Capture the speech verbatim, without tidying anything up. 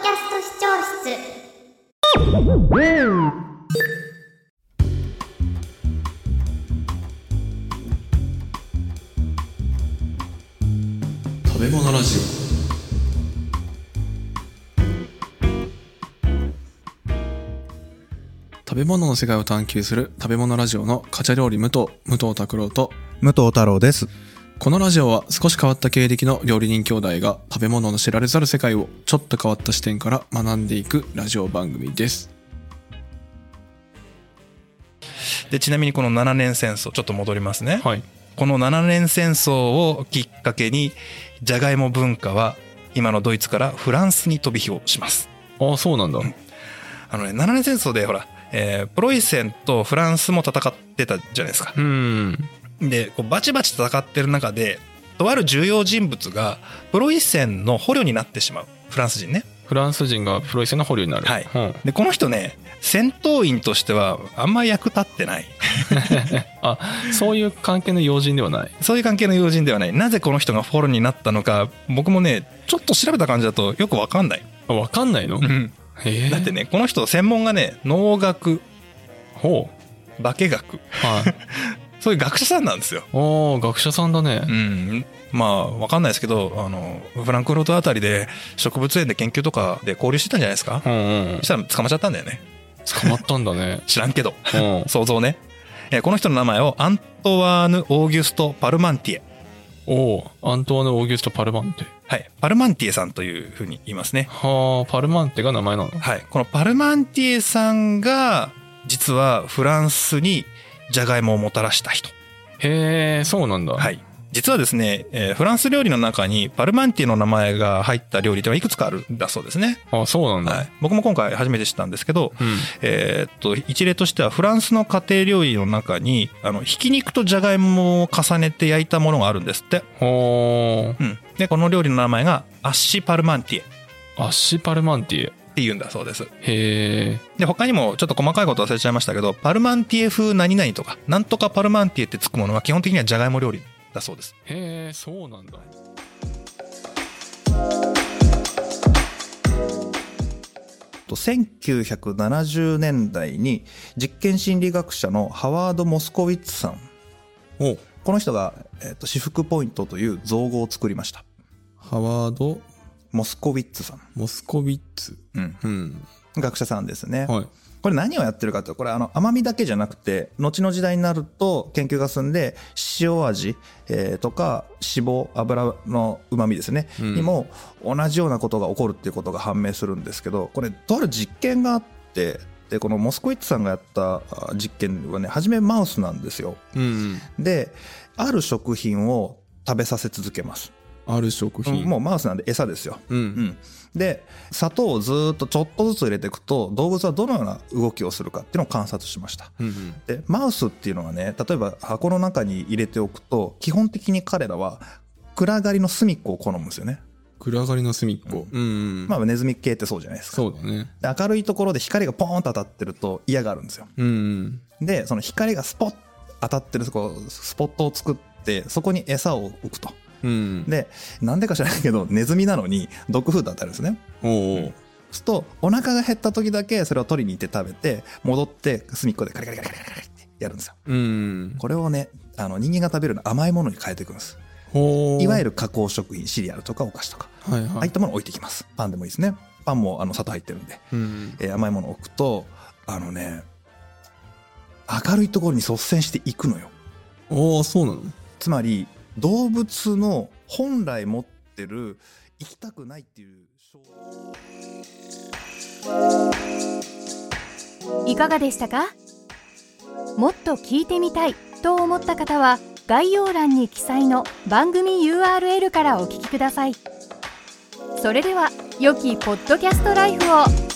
キャスト視聴室。 食べ物ラジオ。食べ物の世界を探求する食べ物ラジオのカチャ料理武藤武藤拓郎と武藤太郎です。 このラジオは少し変わった経歴の料理人兄弟が食べ物の知られざる世界をちょっと変わった視点から学んでいくラジオ番組です。 でちなみにこのななねん戦争ちょっと戻りますね、 はい、 このななねん戦争をきっかけにじゃがいも文化は今のドイツからフランスに飛び火をします。 ああそうなんだ、うん、 あのねななねん戦争でほら、えー、プロイセンとフランスも戦ってたじゃないですか。 うんでこうバチバチ戦ってる中でとある重要人物がプロイセンの捕虜になってしまう。フランス人ね。 フランス人がプロイセンの捕虜になる。 はい、 うん、 でこの人ね戦闘員としてはあんまり役立ってないあ、そういう関係の要人ではない。 そういう関係の要人ではない。なぜこの人がフォローになったのか僕もねちょっと調べた感じだとよく分かんない。 あ、分かんないの、うん、へだってねこの人専門がね農学、 ほう、 化学、はいそういう学者さんなんですよ。 おー、学者さんだね。 うん、まあ分かんないですけどあのフランクフルトあたりで植物園で研究とかで交流してたんじゃないですか。うんうん、そしたら捕まっちゃったんだよね。 捕まったんだね知らんけど想像ね。この人の名前をアントワーヌ・オーギュスト・パルマンティエ。 おー、アントワーヌ・オーギュスト・パルマンティエ。 はい、パルマンティエさんというふうに言いますね。 はあ、パルマンティエが名前なの。 はい、このパルマンティエさんが実はフランスにジャガイモをもたらした人。 へえ、そうなんだ。 はい。実はですね、えー、フランス料理の中にパルマンティエの名前が入った料理というのはいくつかあるんだそうですね。 あ、そうなんだ。 はい、僕も今回初めて知ったんですけど、うん、えー、っと一例としてはフランスの家庭料理の中にあのひき肉とじゃがいもを重ねて焼いたものがあるんですって。 ほー。 うん。でこの料理の名前がアッシパルマンティエ。 アッシパルマンティエって言うんだそうです。 へー。 で他にもちょっと細かいこと忘れちゃいましたけど、パルマンティエ風何々とかなんとかパルマンティエってつくものは基本的にはじゃがいも料理だそうです。 へー、そうなんだ。 せんきゅうひゃくななじゅうねんだいに実験心理学者のハワード・モスコウィッツさん、 おこの人が、えーと、至福ポイントという造語を作りました。 ハワード・モスコウィッツさん。 モスコウィッツ、 うんうん、学者さんですね。はい、これ何をやってるかというと、これあの甘みだけじゃなくて後の時代になると研究が進んで塩味、えー、とか脂肪油の旨味ですね、うん、にも同じようなことが起こるっていうことが判明するんですけど、これとある実験があって、でこのモスコウィッツさんがやった実験はね初めマウスなんですよ、うん、である食品を食べさせ続けます。 ある食品、 もうマウスなんで餌ですよ、 うんうん、 で砂糖をずっとちょっとずつ入れていくと動物はどのような動きをするかっていうのを観察しました、うんうん、でマウスっていうのはね、例えば箱の中に入れておくと基本的に彼らは暗がりの隅っこを好むんですよね。 暗がりの隅っこ、うんうん、 まあネズミ系ってそうじゃないですか。 そうだね。 で明るいところで光がポーンと当たってると嫌がるんですよ、うんうん、でその光がスポッ当たってるとこスポットを作ってそこに餌を置くと、うん、でなんでか知らないけどネズミなのにドッグフード当たるんですね。おうおう、うん、そうするとお腹が減った時だけそれを取りに行って食べて戻って隅っこでカリカリカリカリカリってやるんですよ、うん、これをねあの人間が食べるの甘いものに変えていくんです。いわゆる加工食品、シリアルとかお菓子とか、はいはい、ああいったものを置いていきます。パンでもいいですね。パンもあの砂糖入ってるんで、うんえー、甘いものを置くとあのね明るいところに率先していくのよ。 ああそうなの。つまり動物の本来持ってる行きたくないっていういかがでしたか？もっと聞いてみたいと思った方は概要欄に記載の番組 ユーアールエル からお聞きください。それでは良きポッドキャストライフを。